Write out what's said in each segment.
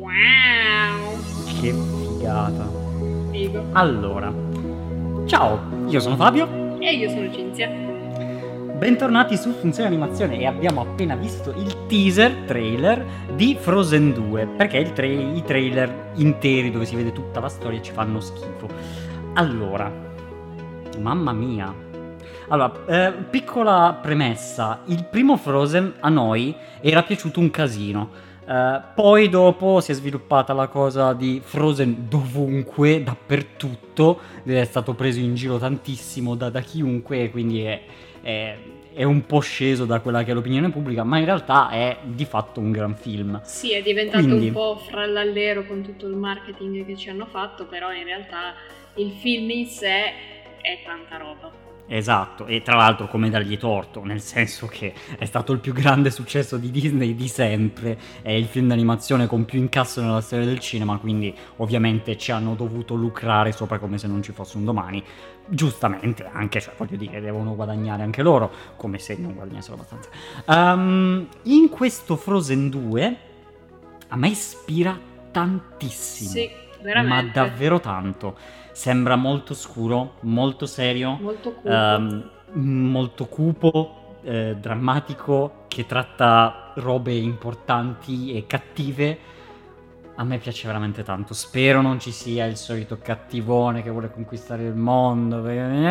Wow! Che figata. Figo. Allora, ciao, io sono Fabio. E io sono Cinzia. Bentornati su Funzione Animazione e abbiamo appena visto il trailer di Frozen 2, perché i trailer interi dove si vede tutta la storia ci fanno schifo. Allora, mamma mia. Allora, piccola premessa, il primo Frozen a noi era piaciuto un casino. Poi dopo si è sviluppata la cosa di Frozen dovunque, dappertutto, è stato preso in giro tantissimo da chiunque, quindi è un po' sceso da quella che è l'opinione pubblica, ma in realtà è di fatto un gran film. Sì, è diventato Quindi, un po' frallallero con tutto il marketing che ci hanno fatto, però in realtà il film in sé è tanta roba. esatto, e tra l'altro come dargli torto, nel senso che è stato il più grande successo di Disney di sempre, è il film d'animazione con più incasso nella storia del cinema, quindi ovviamente ci hanno dovuto lucrare sopra come se non ci fosse un domani. Giustamente anche, cioè voglio dire, devono guadagnare anche loro, come se non guadagnassero abbastanza. In questo Frozen 2 a me ispira tantissimo, Sì, ma veramente. davvero tanto. Sembra molto scuro, molto serio, Molto cupo. molto cupo, drammatico, che tratta robe importanti e cattive. A me piace veramente tanto. Spero non ci sia il solito cattivone che vuole conquistare il mondo,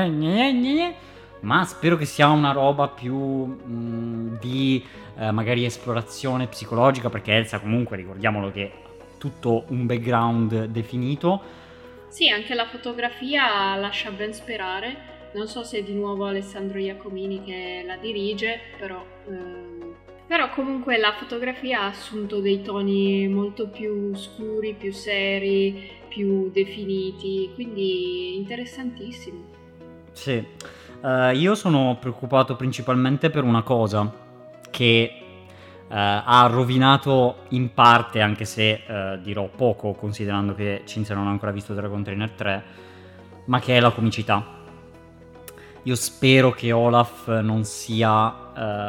ma spero che sia una roba più di magari esplorazione psicologica, perché Elsa comunque, ricordiamolo, che ha tutto un background definito. Sì, anche la fotografia lascia ben sperare. Non so se è di nuovo Alessandro Iacomini che la dirige, però comunque la fotografia ha assunto dei toni molto più scuri, più seri, più definiti, quindi interessantissimo. Sì, io sono preoccupato principalmente per una cosa che ha rovinato in parte, anche se dirò poco considerando che Cinzia non ha ancora visto Dragon Trainer 3, ma che è la comicità. Io spero che Olaf non sia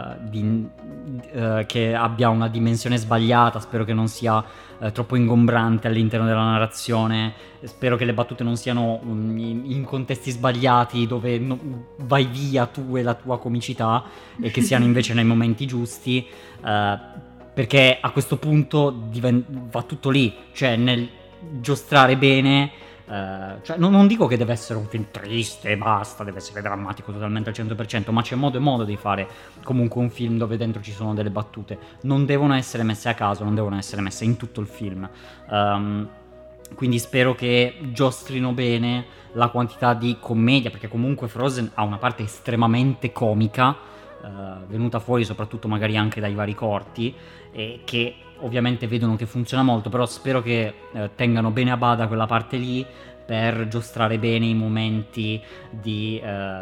che abbia una dimensione sbagliata, spero che non sia troppo ingombrante all'interno della narrazione, spero che le battute non siano in contesti sbagliati dove vai via tu e la tua comicità, e che siano invece nei momenti giusti, perché a questo punto va tutto lì, cioè nel giostrare bene. Cioè, non dico che deve essere un film triste e basta, deve essere drammatico totalmente al 100%, ma c'è modo e modo di fare comunque un film dove dentro ci sono delle battute. Non devono essere messe a caso, non devono essere messe in tutto il film. Quindi spero che giostrino bene la quantità di commedia, perché comunque Frozen ha una parte estremamente comica, venuta fuori soprattutto magari anche dai vari corti, e che ovviamente vedono che funziona molto, però spero che tengano bene a bada quella parte lì per giostrare bene i momenti di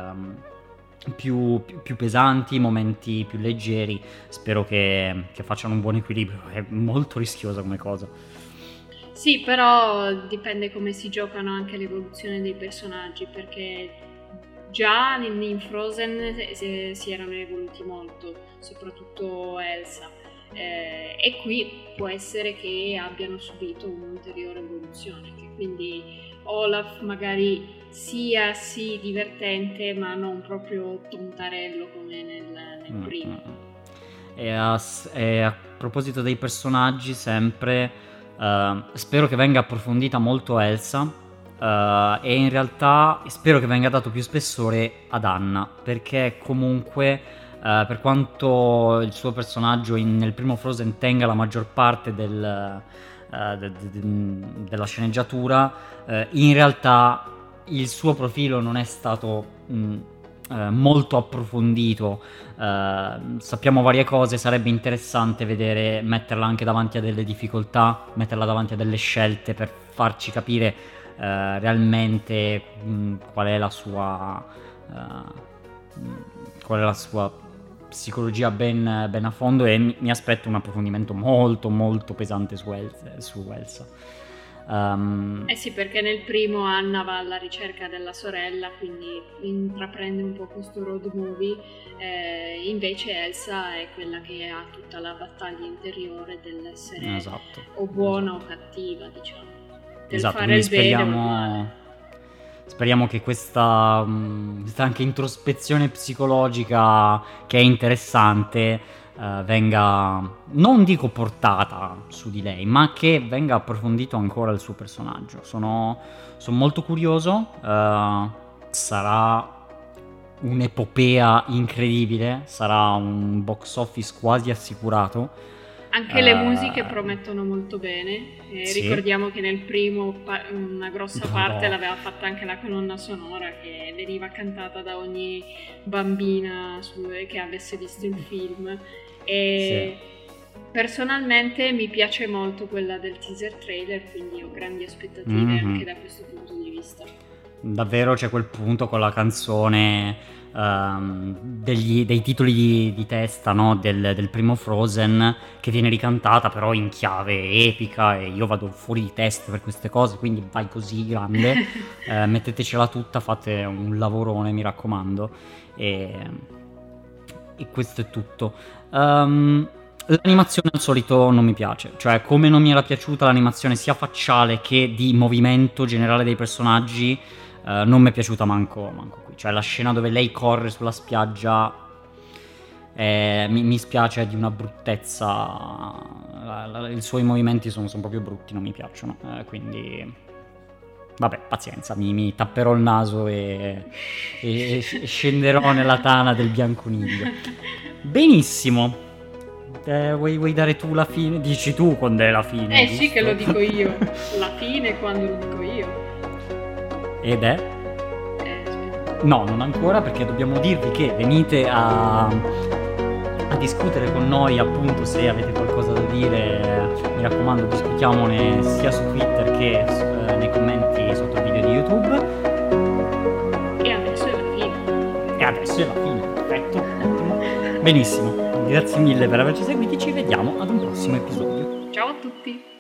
più pesanti, momenti più leggeri. Spero che facciano un buon equilibrio, è molto rischiosa come cosa. Sì, però dipende come si giocano anche l'evoluzione dei personaggi, perché già in Frozen si erano evoluti molto, soprattutto Elsa. E qui può essere che abbiano subito un'ulteriore evoluzione, che quindi Olaf magari sia sì divertente ma non proprio tontarello come nel primo. E a proposito dei personaggi, sempre spero che venga approfondita molto Elsa, e in realtà spero che venga dato più spessore ad Anna, perché comunque per quanto il suo personaggio nel primo Frozen tenga la maggior parte della sceneggiatura, in realtà il suo profilo non è stato molto approfondito. Sappiamo varie cose, sarebbe interessante vedere, metterla anche davanti a delle difficoltà, metterla davanti a delle scelte per farci capire realmente qual è la sua psicologia ben a fondo, e mi aspetto un approfondimento molto molto pesante su Elsa. Eh sì, perché nel primo Anna va alla ricerca della sorella, quindi intraprende un po' questo road movie, invece Elsa è quella che ha tutta la battaglia interiore dell'essere Esatto, o buona esatto. o cattiva, diciamo, del Esatto, fare quindi il bene o il male. speriamo che questa anche introspezione psicologica, che è interessante, venga, non dico portata su di lei, ma che venga approfondito ancora il suo personaggio. Sono molto curioso, sarà un'epopea incredibile, sarà un box office quasi assicurato. Anche le musiche promettono molto bene. Sì. Ricordiamo che nel primo una grossa parte No. l'aveva fatta anche la colonna sonora, che veniva cantata da ogni bambina che avesse visto il film. E personalmente mi piace molto quella del teaser trailer, quindi ho grandi aspettative anche da questo punto di vista. Davvero c'è quel punto con la canzone, dei titoli di testa, no? del primo Frozen, che viene ricantata però in chiave epica, e io vado fuori di testa per queste cose, quindi vai così grande, mettetecela tutta, fate un lavorone, mi raccomando, e questo è tutto. L'animazione al solito non mi piace, cioè come non mi era piaciuta l'animazione sia facciale che di movimento generale dei personaggi, non mi è piaciuta manco qui. Cioè la scena dove lei corre sulla spiaggia, mi spiace, è di una bruttezza, i suoi movimenti sono proprio brutti, non mi piacciono, quindi vabbè, pazienza, mi tapperò il naso e scenderò nella tana del bianconiglio. Benissimo. Vuoi dare tu la fine? Dici tu quando è la fine, giusto? Sì, che lo dico io. La fine quando lo dico io. Ed è? No, non ancora, perché dobbiamo dirvi che venite a discutere con noi, appunto, se avete qualcosa da dire. Mi raccomando, discutiamone sia su Twitter che nei commenti sotto il video di YouTube. E adesso è la fine. Perfetto, ottimo. Benissimo, grazie mille per averci seguiti, ci vediamo ad un prossimo episodio. Ciao a tutti!